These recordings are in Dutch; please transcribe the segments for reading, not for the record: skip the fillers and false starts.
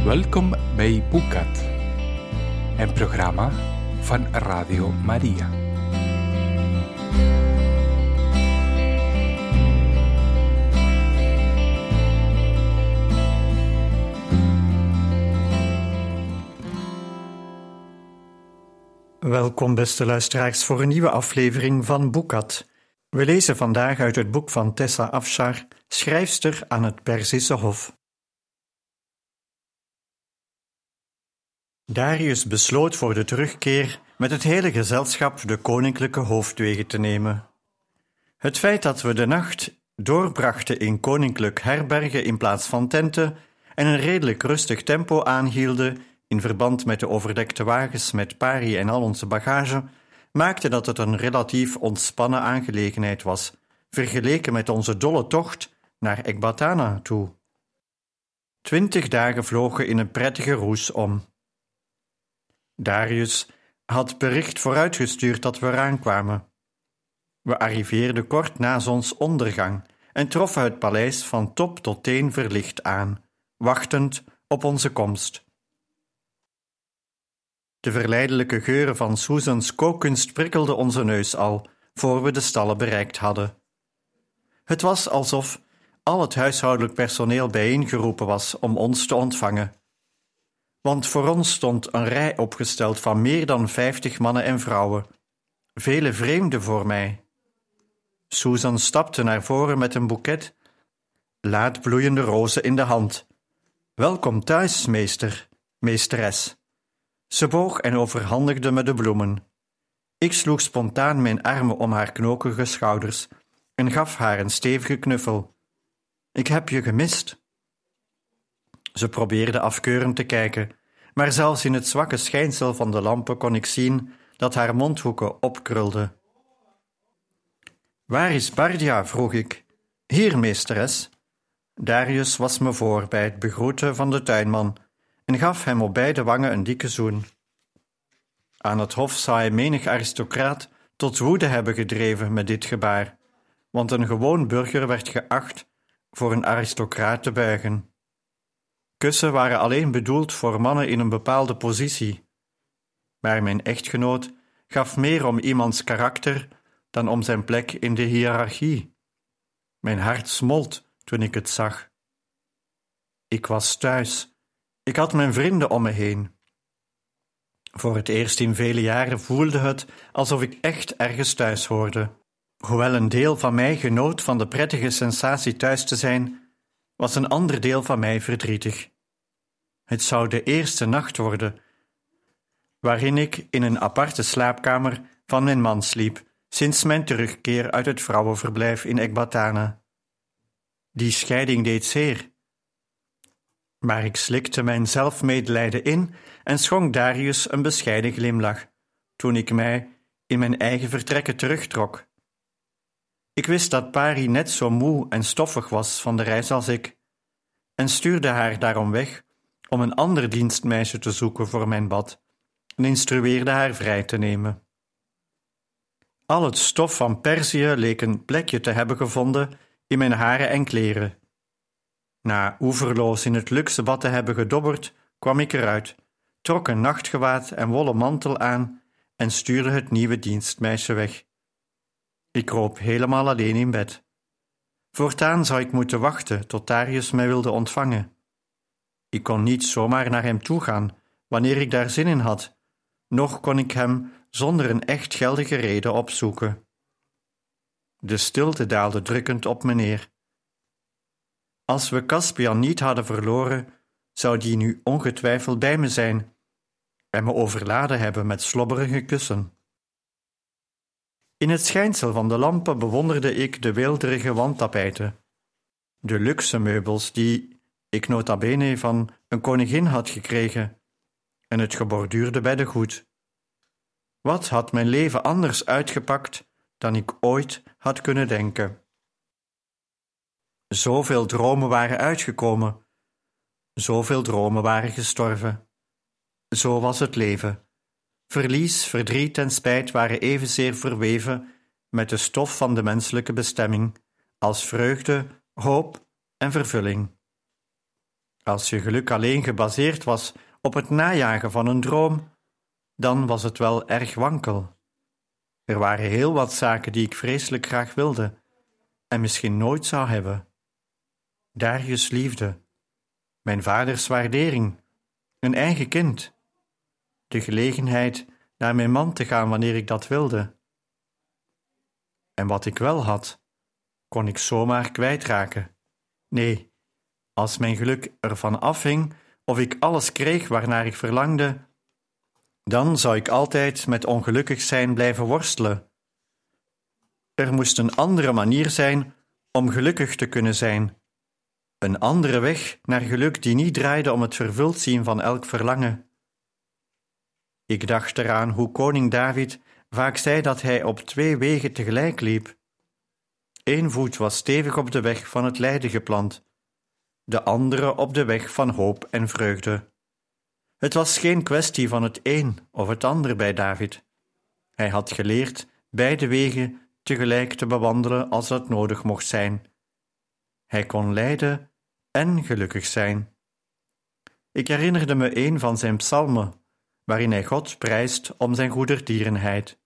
Welkom bij Boekat, een programma van Radio Maria. Welkom beste luisteraars voor een nieuwe aflevering van Boekat. We lezen vandaag uit het boek van Tessa Afshar, schrijfster aan het Perzische Hof. Darius besloot voor de terugkeer met het hele gezelschap de koninklijke hoofdwegen te nemen. Het feit dat we de nacht doorbrachten in koninklijk herbergen in plaats van tenten en een redelijk rustig tempo aanhielden in verband met de overdekte wagens met pari en al onze bagage, maakte dat het een relatief ontspannen aangelegenheid was, vergeleken met onze dolle tocht naar Ekbatana toe. 20 dagen vlogen in een prettige roes om. Darius had bericht vooruitgestuurd dat we eraan kwamen. We arriveerden kort na zonsondergang en troffen het paleis van top tot teen verlicht aan, wachtend op onze komst. De verleidelijke geuren van Susan's kookkunst prikkelden onze neus al, voor we de stallen bereikt hadden. Het was alsof al het huishoudelijk personeel bijeengeroepen was om ons te ontvangen. Want voor ons stond een rij opgesteld van meer dan 50 mannen en vrouwen, vele vreemden voor mij. Susan stapte naar voren met een boeket laatbloeiende rozen in de hand. Welkom thuis, meesteres. Ze boog en overhandigde me de bloemen. Ik sloeg spontaan mijn armen om haar knokige schouders en gaf haar een stevige knuffel. Ik heb je gemist. Ze probeerde afkeurend te kijken, maar zelfs in het zwakke schijnsel van de lampen kon ik zien dat haar mondhoeken opkrulden. Waar is Bardia? Vroeg ik. Hier, meesteres. Darius was me voor bij het begroeten van de tuinman en gaf hem op beide wangen een dikke zoen. Aan het hof zou hij menig aristocraat tot woede hebben gedreven met dit gebaar, want een gewoon burger werd geacht voor een aristocraat te buigen. Kussen waren alleen bedoeld voor mannen in een bepaalde positie, maar mijn echtgenoot gaf meer om iemands karakter dan om zijn plek in de hiërarchie. Mijn hart smolt toen ik het zag. Ik was thuis. Ik had mijn vrienden om me heen. Voor het eerst in vele jaren voelde het alsof ik echt ergens thuis hoorde. Hoewel een deel van mij genoot van de prettige sensatie thuis te zijn, was een ander deel van mij verdrietig. Het zou de eerste nacht worden, waarin ik in een aparte slaapkamer van mijn man sliep, sinds mijn terugkeer uit het vrouwenverblijf in Ekbatana. Die scheiding deed zeer. Maar ik slikte mijn zelfmedelijden in en schonk Darius een bescheiden glimlach, toen ik mij in mijn eigen vertrekken terugtrok. Ik wist dat Pari net zo moe en stoffig was van de reis als ik, en stuurde haar daarom weg om een ander dienstmeisje te zoeken voor mijn bad en instrueerde haar vrij te nemen. Al het stof van Perzië leek een plekje te hebben gevonden in mijn haren en kleren. Na oeverloos in het luxe bad te hebben gedobberd, kwam ik eruit, trok een nachtgewaad en wollen mantel aan en stuurde het nieuwe dienstmeisje weg. Ik kroop helemaal alleen in bed. Voortaan zou ik moeten wachten tot Darius mij wilde ontvangen. Ik kon niet zomaar naar hem toe gaan wanneer ik daar zin in had, noch kon ik hem zonder een echt geldige reden opzoeken. De stilte daalde drukkend op me neer. Als we Caspian niet hadden verloren, zou die nu ongetwijfeld bij me zijn en me overladen hebben met slobberige kussen. In het schijnsel van de lampen bewonderde ik de weelderige wandtapijten, de luxe meubels die ik nota bene van een koningin had gekregen en het geborduurde beddengoed. Wat had mijn leven anders uitgepakt dan ik ooit had kunnen denken? Zoveel dromen waren uitgekomen, zoveel dromen waren gestorven. Zo was het leven. Verlies, verdriet en spijt waren evenzeer verweven met de stof van de menselijke bestemming als vreugde, hoop en vervulling. Als je geluk alleen gebaseerd was op het najagen van een droom, dan was het wel erg wankel. Er waren heel wat zaken die ik vreselijk graag wilde en misschien nooit zou hebben. Darius' liefde, mijn vaders waardering, een eigen kind, de gelegenheid naar mijn man te gaan wanneer ik dat wilde. En wat ik wel had, kon ik zomaar kwijtraken. Nee, als mijn geluk ervan afhing of ik alles kreeg waarnaar ik verlangde, dan zou ik altijd met ongelukkig zijn blijven worstelen. Er moest een andere manier zijn om gelukkig te kunnen zijn. Een andere weg naar geluk die niet draaide om het vervuld zien van elk verlangen. Ik dacht eraan hoe koning David vaak zei dat hij op 2 wegen tegelijk liep. 1 voet was stevig op de weg van het lijden geplant, de andere op de weg van hoop en vreugde. Het was geen kwestie van het een of het ander bij David. Hij had geleerd beide wegen tegelijk te bewandelen als dat nodig mocht zijn. Hij kon lijden en gelukkig zijn. Ik herinnerde me een van zijn psalmen, waarin hij God prijst om zijn goedertierenheid.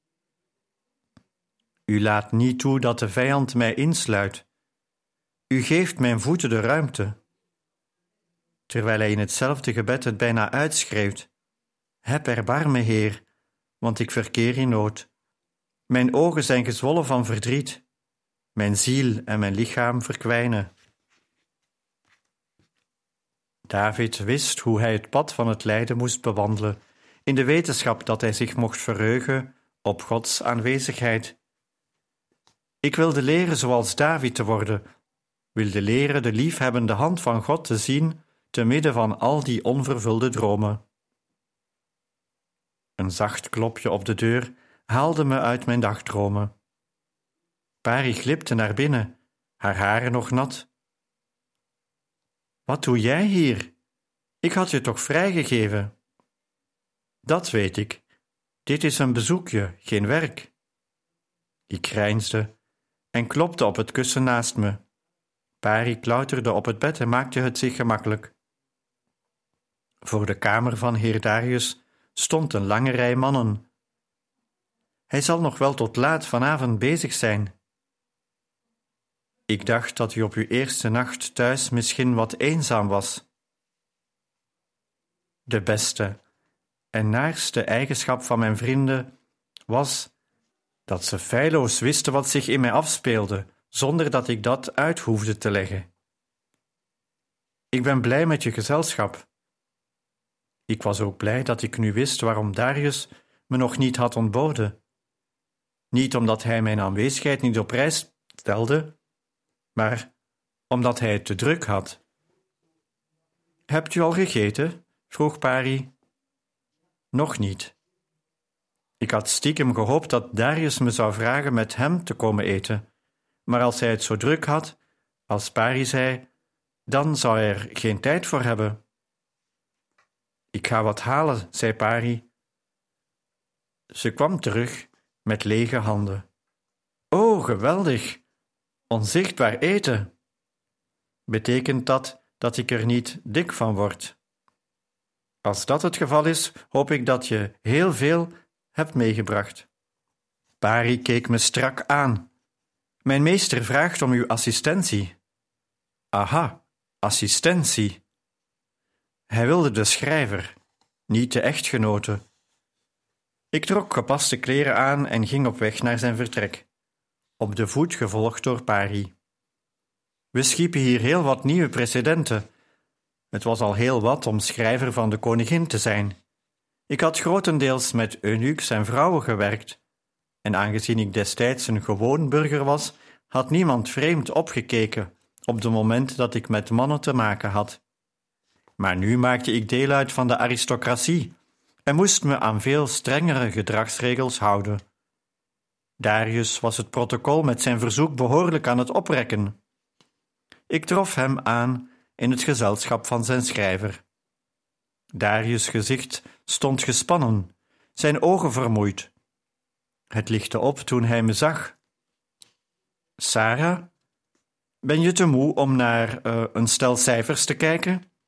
U laat niet toe dat de vijand mij insluit. U geeft mijn voeten de ruimte. Terwijl hij in hetzelfde gebed het bijna uitschreeuwt: heb erbarmen, Heer, want ik verkeer in nood. Mijn ogen zijn gezwollen van verdriet. Mijn ziel en mijn lichaam verkwijnen. David wist hoe hij het pad van het lijden moest bewandelen, in de wetenschap dat hij zich mocht verheugen op Gods aanwezigheid. Ik wilde leren zoals David te worden, wilde leren de liefhebbende hand van God te zien te midden van al die onvervulde dromen. Een zacht klopje op de deur haalde me uit mijn dagdromen. Pari glipte naar binnen, haar haren nog nat. Wat doe jij hier? Ik had je toch vrijgegeven? Dat weet ik. Dit is een bezoekje, geen werk. Ik grijnsde en klopte op het kussen naast me. Pari klauterde op het bed en maakte het zich gemakkelijk. Voor de kamer van heer Darius stond een lange rij mannen. Hij zal nog wel tot laat vanavond bezig zijn. Ik dacht dat u op uw eerste nacht thuis misschien wat eenzaam was. De beste en naarste eigenschap van mijn vrienden was dat ze feilloos wisten wat zich in mij afspeelde, zonder dat ik dat uit hoefde te leggen. Ik ben blij met je gezelschap. Ik was ook blij dat ik nu wist waarom Darius me nog niet had ontboden. Niet omdat hij mijn aanwezigheid niet op prijs stelde, maar omdat hij het te druk had. Hebt u al gegeten? Vroeg Pari. Nog niet. Ik had stiekem gehoopt dat Darius me zou vragen met hem te komen eten, maar als hij het zo druk had, als Pari zei, dan zou hij er geen tijd voor hebben. Ik ga wat halen, zei Pari. Ze kwam terug met lege handen. Oh, geweldig! Onzichtbaar eten! Betekent dat ik er niet dik van word? Als dat het geval is, hoop ik dat je heel veel hebt meegebracht. Pari keek me strak aan. Mijn meester vraagt om uw assistentie. Aha, assistentie. Hij wilde de schrijver, niet de echtgenote. Ik trok gepaste kleren aan en ging op weg naar zijn vertrek, op de voet gevolgd door Pari. We schiepen hier heel wat nieuwe precedenten. Het was al heel wat om schrijver van de koningin te zijn. Ik had grotendeels met eunuchs en vrouwen gewerkt, en aangezien ik destijds een gewoon burger was, had niemand vreemd opgekeken op het moment dat ik met mannen te maken had. Maar nu maakte ik deel uit van de aristocratie en moest me aan veel strengere gedragsregels houden. Darius was het protocol met zijn verzoek behoorlijk aan het oprekken. Ik trof hem aan in het gezelschap van zijn schrijver. Darius' gezicht stond gespannen, zijn ogen vermoeid. Het lichtte op toen hij me zag. Sarah, ben je te moe om naar een stel cijfers te kijken?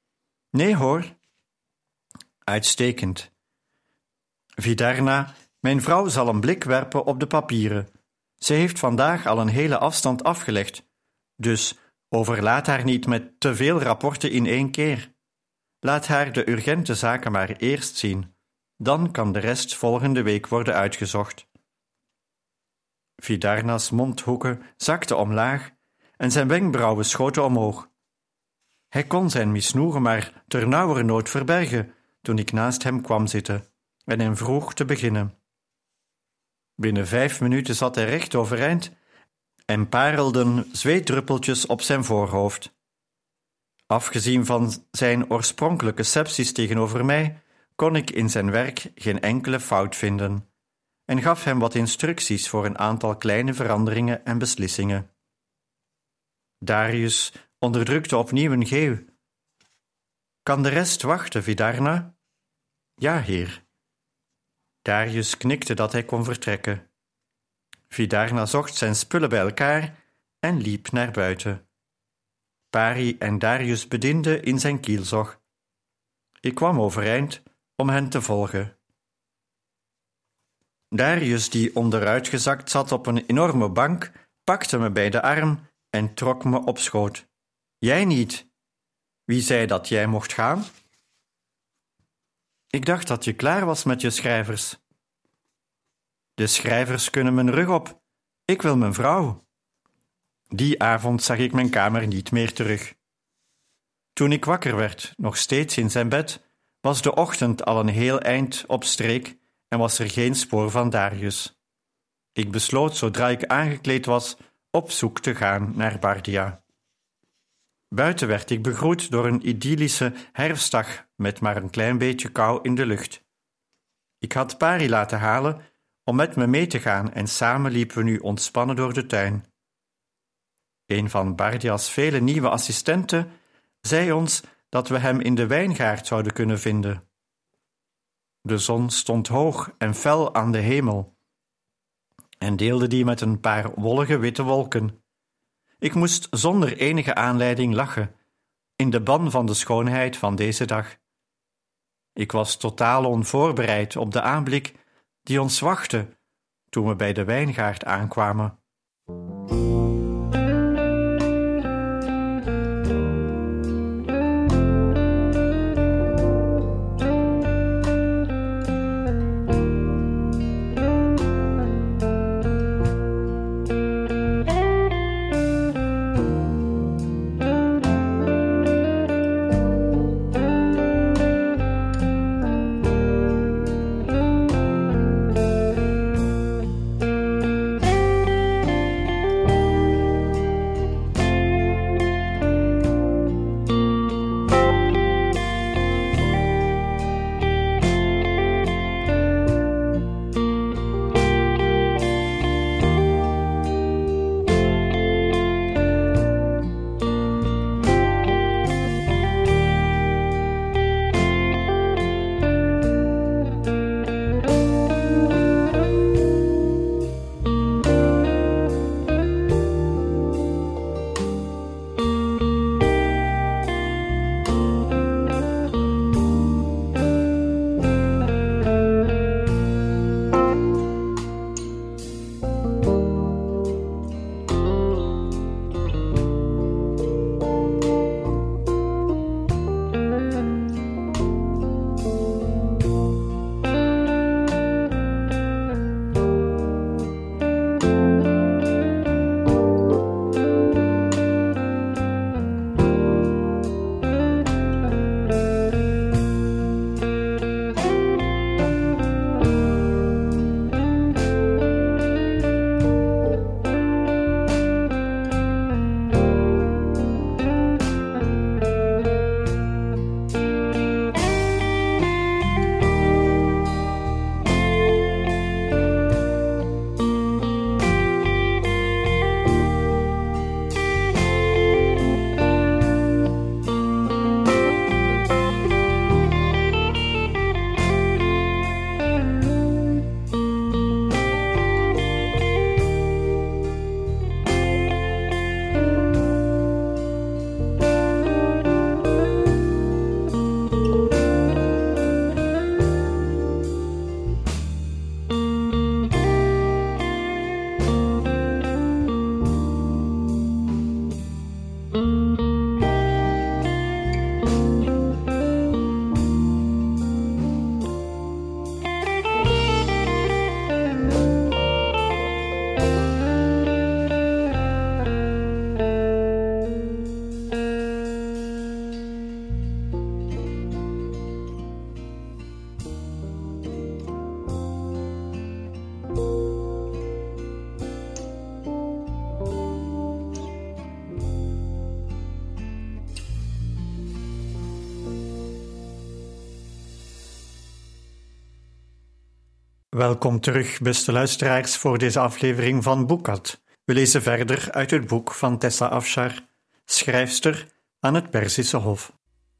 Nee hoor. Uitstekend. Vidarna, mijn vrouw zal een blik werpen op de papieren. Ze heeft vandaag al een hele afstand afgelegd, dus overlaat haar niet met te veel rapporten in één keer. Laat haar de urgente zaken maar eerst zien. Dan kan de rest volgende week worden uitgezocht. Vidarna's mondhoeken zakten omlaag en zijn wenkbrauwen schoten omhoog. Hij kon zijn misnoegen maar ternauwernood verbergen toen ik naast hem kwam zitten en hem vroeg te beginnen. Binnen 5 minuten zat hij recht overeind en parelden zweetdruppeltjes op zijn voorhoofd. Afgezien van zijn oorspronkelijke sepsis tegenover mij, kon ik in zijn werk geen enkele fout vinden en gaf hem wat instructies voor een aantal kleine veranderingen en beslissingen. Darius onderdrukte opnieuw een geeuw. Kan de rest wachten, Vidarna? Ja, heer. Darius knikte dat hij kon vertrekken. Vidarna zocht zijn spullen bij elkaar en liep naar buiten. Pari en Darius bedienden in zijn kielzog. Ik kwam overeind om hen te volgen. Darius, die onderuitgezakt zat op een enorme bank, pakte me bij de arm en trok me op schoot. Jij niet. Wie zei dat jij mocht gaan? Ik dacht dat je klaar was met je schrijvers. De schrijvers kunnen mijn rug op. Ik wil mijn vrouw. Die avond zag ik mijn kamer niet meer terug. Toen ik wakker werd, nog steeds in zijn bed, was de ochtend al een heel eind op streek en was er geen spoor van Darius. Ik besloot, zodra ik aangekleed was, op zoek te gaan naar Bardia. Buiten werd ik begroet door een idyllische herfstdag met maar een klein beetje kou in de lucht. Ik had Pari laten halen om met me mee te gaan en samen liepen we nu ontspannen door de tuin. Een van Bardia's vele nieuwe assistenten zei ons dat we hem in de wijngaard zouden kunnen vinden. De zon stond hoog en fel aan de hemel en deelde die met een paar wollige witte wolken. Ik moest zonder enige aanleiding lachen, in de ban van de schoonheid van deze dag. Ik was totaal onvoorbereid op de aanblik die ons wachtte toen we bij de wijngaard aankwamen. Welkom terug, beste luisteraars, voor deze aflevering van Boekat. We lezen verder uit het boek van Tessa Afshar, schrijfster aan het Perzische Hof.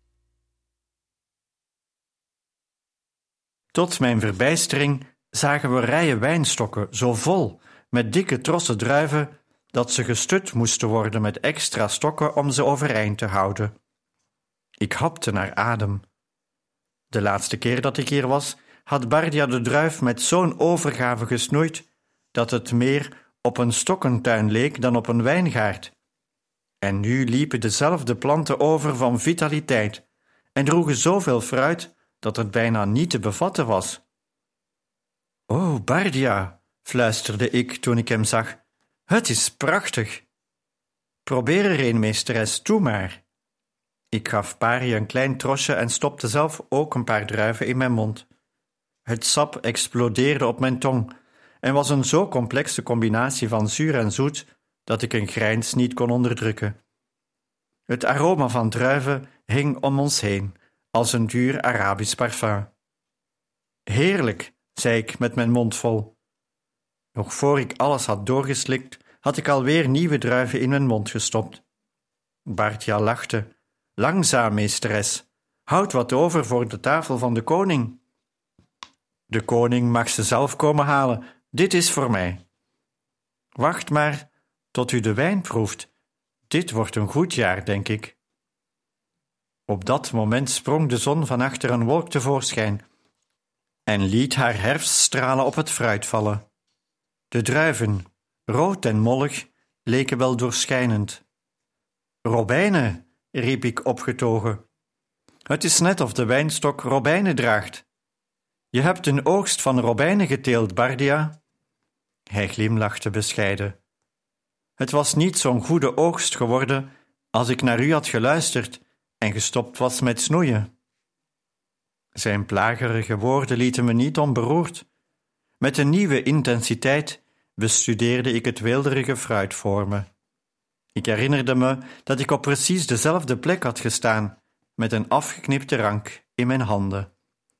Tot mijn verbijstering zagen we rijen wijnstokken zo vol met dikke trossen druiven dat ze gestut moesten worden met extra stokken om ze overeind te houden. Ik hapte naar adem. De laatste keer dat ik hier was, had Bardia de druif met zo'n overgave gesnoeid dat het meer op een stokkentuin leek dan op een wijngaard. En nu liepen dezelfde planten over van vitaliteit en droegen zoveel fruit dat het bijna niet te bevatten was. "O, Bardia," fluisterde ik toen ik hem zag, "het is prachtig." "Probeer er een, meesteres, toe maar." Ik gaf Pari een klein trosje en stopte zelf ook een paar druiven in mijn mond. Het sap explodeerde op mijn tong en was een zo complexe combinatie van zuur en zoet dat ik een grijns niet kon onderdrukken. Het aroma van druiven hing om ons heen, als een duur Arabisch parfum. "Heerlijk," zei ik met mijn mond vol. Nog voor ik alles had doorgeslikt, had ik alweer nieuwe druiven in mijn mond gestopt. Bardia lachte. "Langzaam, meesteres. Houd wat over voor de tafel van de koning." "De koning mag ze zelf komen halen. Dit is voor mij." "Wacht maar tot u de wijn proeft. Dit wordt een goed jaar, denk ik." Op dat moment sprong de zon van achter een wolk tevoorschijn en liet haar herfststralen op het fruit vallen. De druiven, rood en mollig, leken wel doorschijnend. "Robijnen," riep ik opgetogen. "Het is net of de wijnstok robijnen draagt." "Je hebt een oogst van robijnen geteeld, Bardia." Hij glimlachte bescheiden. "Het was niet zo'n goede oogst geworden als ik naar u had geluisterd en gestopt was met snoeien." Zijn plagerige woorden lieten me niet onberoerd. Met een nieuwe intensiteit bestudeerde ik het weelderige fruit voor me. Ik herinnerde me dat ik op precies dezelfde plek had gestaan, met een afgeknipte rank in mijn handen.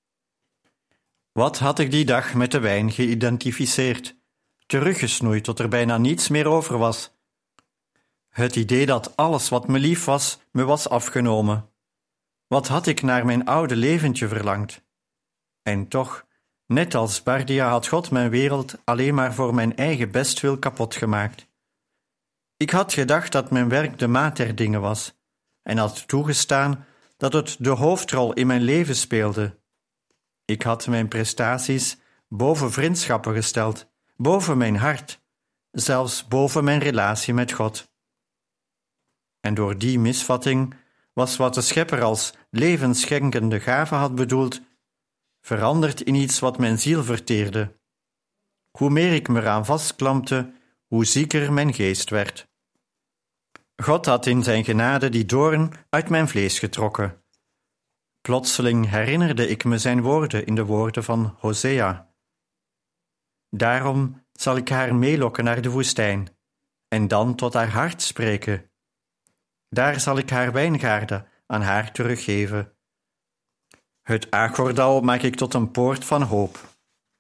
Wat had ik die dag met de wijn geïdentificeerd, teruggesnoeid tot er bijna niets meer over was. Het idee dat alles wat me lief was, me was afgenomen. Wat had ik naar mijn oude leventje verlangd? En toch, net als Bardia had God mijn wereld alleen maar voor mijn eigen bestwil kapot gemaakt. Ik had gedacht dat mijn werk de maat der dingen was en had toegestaan dat het de hoofdrol in mijn leven speelde. Ik had mijn prestaties boven vriendschappen gesteld, boven mijn hart, zelfs boven mijn relatie met God. En door die misvatting was wat de schepper als levensschenkende gave had bedoeld, veranderd in iets wat mijn ziel verteerde. Hoe meer ik me eraan vastklampte, hoe zieker mijn geest werd. God had in zijn genade die doorn uit mijn vlees getrokken. Plotseling herinnerde ik me zijn woorden in de woorden van Hosea. "Daarom zal ik haar meelokken naar de woestijn en dan tot haar hart spreken. Daar zal ik haar wijngaarden aan haar teruggeven. Het Agordal maak ik tot een poort van hoop."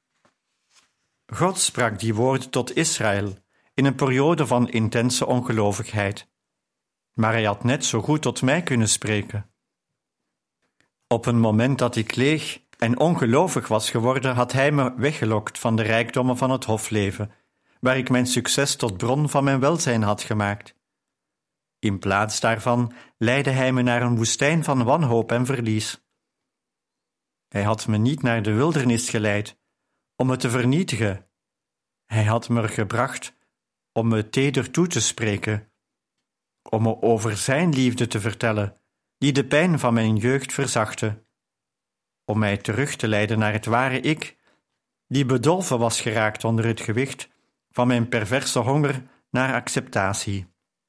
God sprak die woorden tot Israël in een periode van intense ongelovigheid. Maar hij had net zo goed tot mij kunnen spreken. Op een moment dat ik leeg en ongelovig was geworden, had hij me weggelokt van de rijkdommen van het hofleven, waar ik mijn succes tot bron van mijn welzijn had gemaakt. In plaats daarvan leidde hij me naar een woestijn van wanhoop en verlies. Hij had me niet naar de wildernis geleid om me te vernietigen. Hij had me er gebracht om me teder toe te spreken, om me over zijn liefde te vertellen, die de pijn van mijn jeugd verzachtte, om mij terug te leiden naar het ware ik, die bedolven was geraakt onder het gewicht van mijn perverse honger naar acceptatie.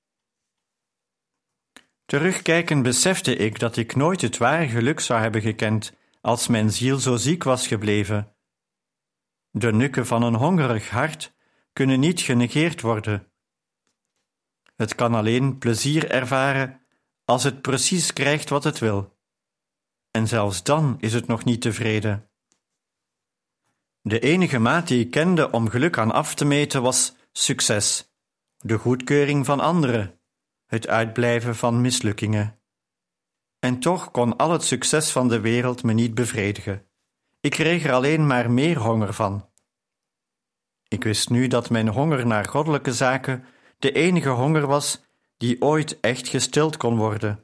Terugkijkend besefte ik dat ik nooit het ware geluk zou hebben gekend als mijn ziel zo ziek was gebleven. De nukken van een hongerig hart kunnen niet genegeerd worden. Het kan alleen plezier ervaren als het precies krijgt wat het wil. En zelfs dan is het nog niet tevreden. De enige maat die ik kende om geluk aan af te meten was succes, de goedkeuring van anderen, het uitblijven van mislukkingen. En toch kon al het succes van de wereld me niet bevredigen. Ik kreeg er alleen maar meer honger van. Ik wist nu dat mijn honger naar goddelijke zaken de enige honger was die ooit echt gestild kon worden.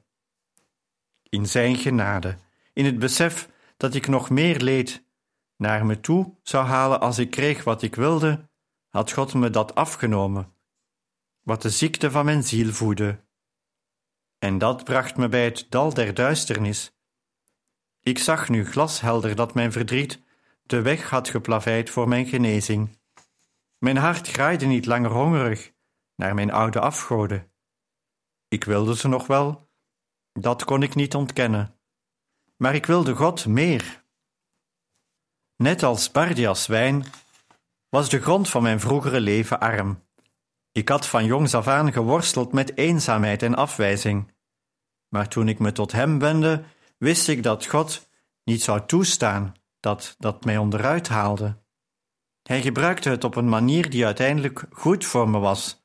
In zijn genade, in het besef dat ik nog meer leed naar me toe zou halen als ik kreeg wat ik wilde, had God me dat afgenomen, wat de ziekte van mijn ziel voedde. En dat bracht me bij het dal der duisternis. Ik zag nu glashelder dat mijn verdriet de weg had geplaveid voor mijn genezing. Mijn hart graaide niet langer hongerig naar mijn oude afgoden. Ik wilde ze nog wel, dat kon ik niet ontkennen. Maar ik wilde God meer. Net als Bardias wijn was de grond van mijn vroegere leven arm. Ik had van jongs af aan geworsteld met eenzaamheid en afwijzing. Maar toen ik me tot hem wendde, wist ik dat God niet zou toestaan dat mij onderuit haalde. Hij gebruikte het op een manier die uiteindelijk goed voor me was.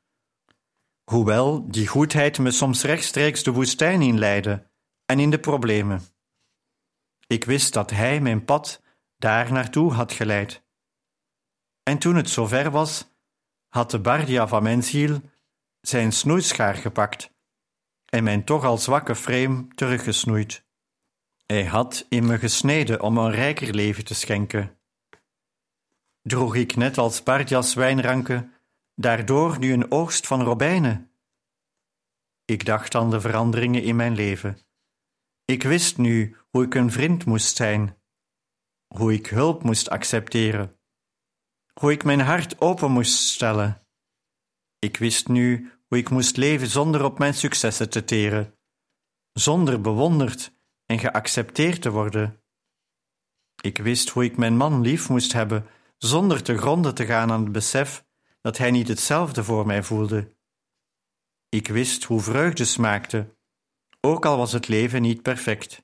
Hoewel die goedheid me soms rechtstreeks de woestijn inleidde en in de problemen. Ik wist dat hij mijn pad daar naartoe had geleid. En toen het zover was, had de Bardia van mijn ziel zijn snoeischaar gepakt en mijn toch al zwakke frame teruggesnoeid. Hij had in me gesneden om een rijker leven te schenken. Droeg ik net als Bardias wijnranken daardoor nu een oogst van robijnen? Ik dacht aan de veranderingen in mijn leven. Ik wist nu hoe ik een vriend moest zijn, hoe ik hulp moest accepteren, hoe ik mijn hart open moest stellen. Ik wist nu hoe ik moest leven zonder op mijn successen te teren, zonder bewonderd en geaccepteerd te worden. Ik wist hoe ik mijn man lief moest hebben, zonder te gronden te gaan aan het besef dat hij niet hetzelfde voor mij voelde. Ik wist hoe vreugde smaakte, ook al was het leven niet perfect.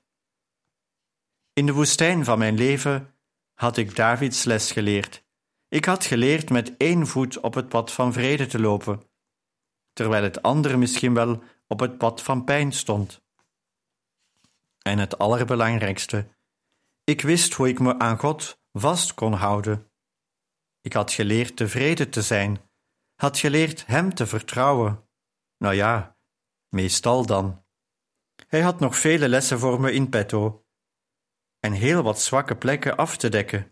In de woestijn van mijn leven had ik Davids les geleerd. Ik had geleerd met één voet op het pad van vrede te lopen, terwijl het andere misschien wel op het pad van pijn stond. En het allerbelangrijkste, ik wist hoe ik me aan God vast kon houden. Ik had geleerd tevreden te zijn, had geleerd hem te vertrouwen. Nou ja, meestal dan. Hij had nog vele lessen voor me in petto en heel wat zwakke plekken af te dekken.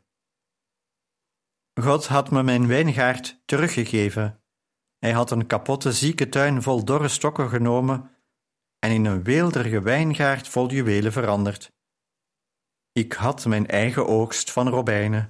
God had me mijn wijngaard teruggegeven. Hij had een kapotte zieke tuin vol dorre stokken genomen en in een weelderige wijngaard vol juwelen veranderd. Ik had mijn eigen oogst van robijnen.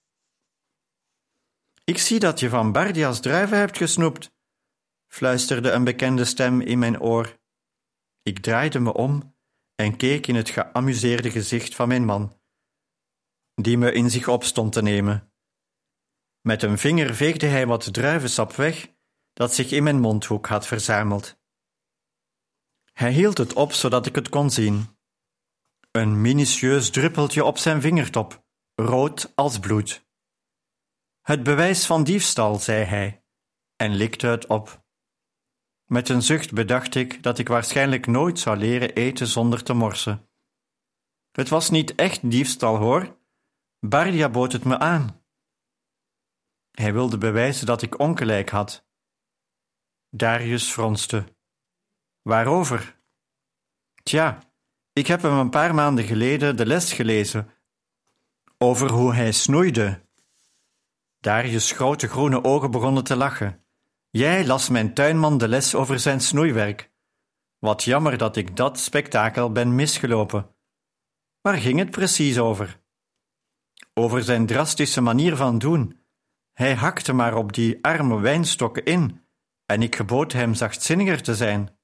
Ik zie dat je van Bardias druiven hebt gesnoept, fluisterde een bekende stem in mijn oor. Ik draaide me om en keek in het geamuseerde gezicht van mijn man, die me in zich op stond te nemen. Met een vinger veegde hij wat druivensap weg dat zich in mijn mondhoek had verzameld. Hij hield het op zodat ik het kon zien. Een minutieus druppeltje op zijn vingertop, rood als bloed. Het bewijs van diefstal, zei hij, en likte het op. Met een zucht bedacht ik dat ik waarschijnlijk nooit zou leren eten zonder te morsen. Het was niet echt diefstal, hoor. Bardia bood het me aan. Hij wilde bewijzen dat ik ongelijk had. Darius fronste. Waarover? Tja, ik heb hem een paar maanden geleden de les gelezen over hoe hij snoeide. Darius' grote groene ogen begonnen te lachen. Jij las mijn tuinman de les over zijn snoeiwerk. Wat jammer dat ik dat spektakel ben misgelopen. Waar ging het precies over? Over zijn drastische manier van doen. Hij hakte maar op die arme wijnstokken in en ik gebood hem zachtzinniger te zijn.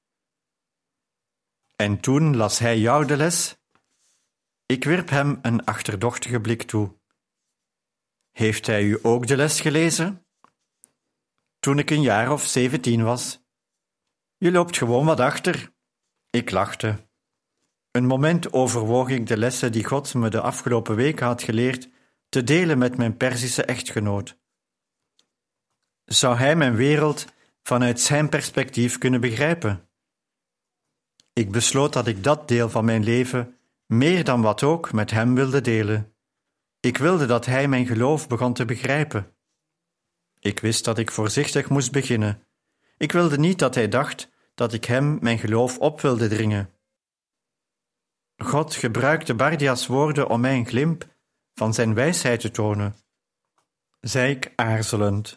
En toen las hij jou de les? Ik wierp hem een achterdochtige blik toe. Heeft hij u ook de les gelezen? Toen ik een jaar of 17 was. Je loopt gewoon wat achter. Ik lachte. Een moment overwoog ik de lessen die God me de afgelopen weken had geleerd te delen met mijn Perzische echtgenoot. Zou hij mijn wereld vanuit zijn perspectief kunnen begrijpen? Ik besloot dat ik dat deel van mijn leven meer dan wat ook met hem wilde delen. Ik wilde dat hij mijn geloof begon te begrijpen. Ik wist dat ik voorzichtig moest beginnen. Ik wilde niet dat hij dacht dat ik hem mijn geloof op wilde dringen. God gebruikte Bardia's woorden om mij een glimp van zijn wijsheid te tonen, zei ik aarzelend.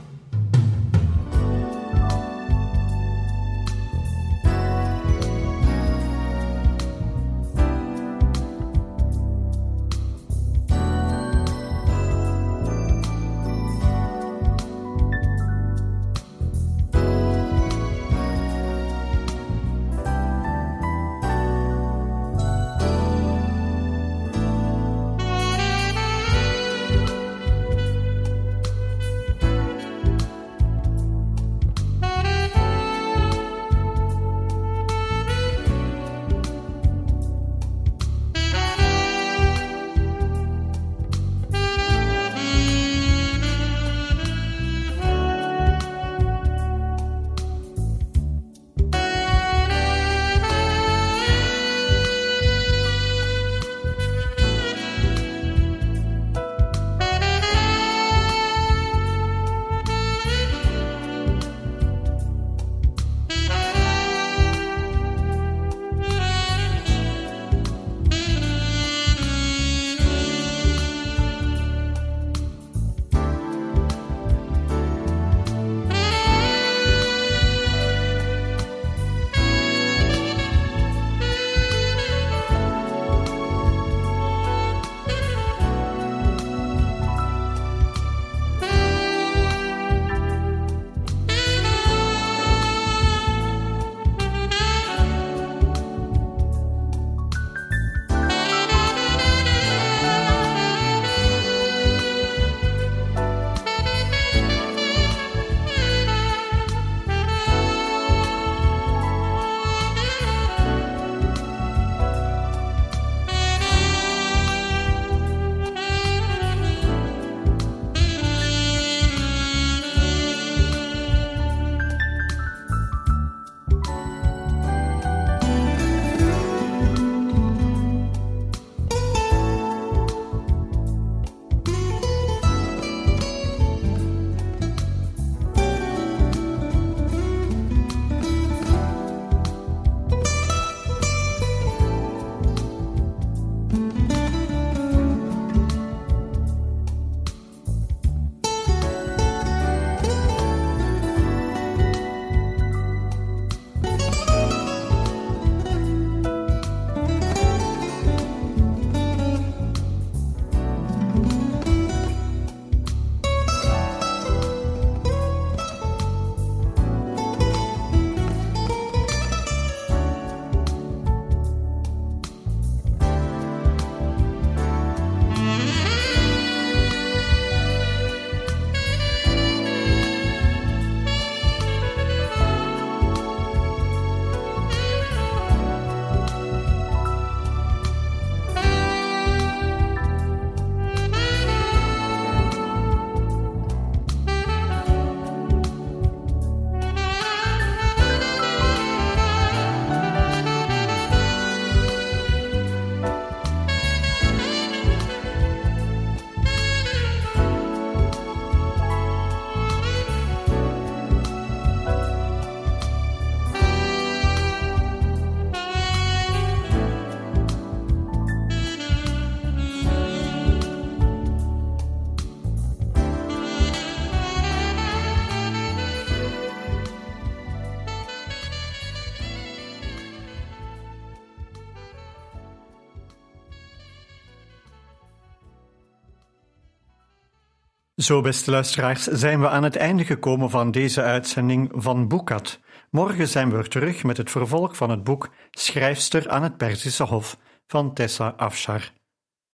Zo, beste luisteraars, zijn we aan het einde gekomen van deze uitzending van Boekat. Morgen zijn we weer terug met het vervolg van het boek Schrijfster aan het Perzische Hof van Tessa Afshar.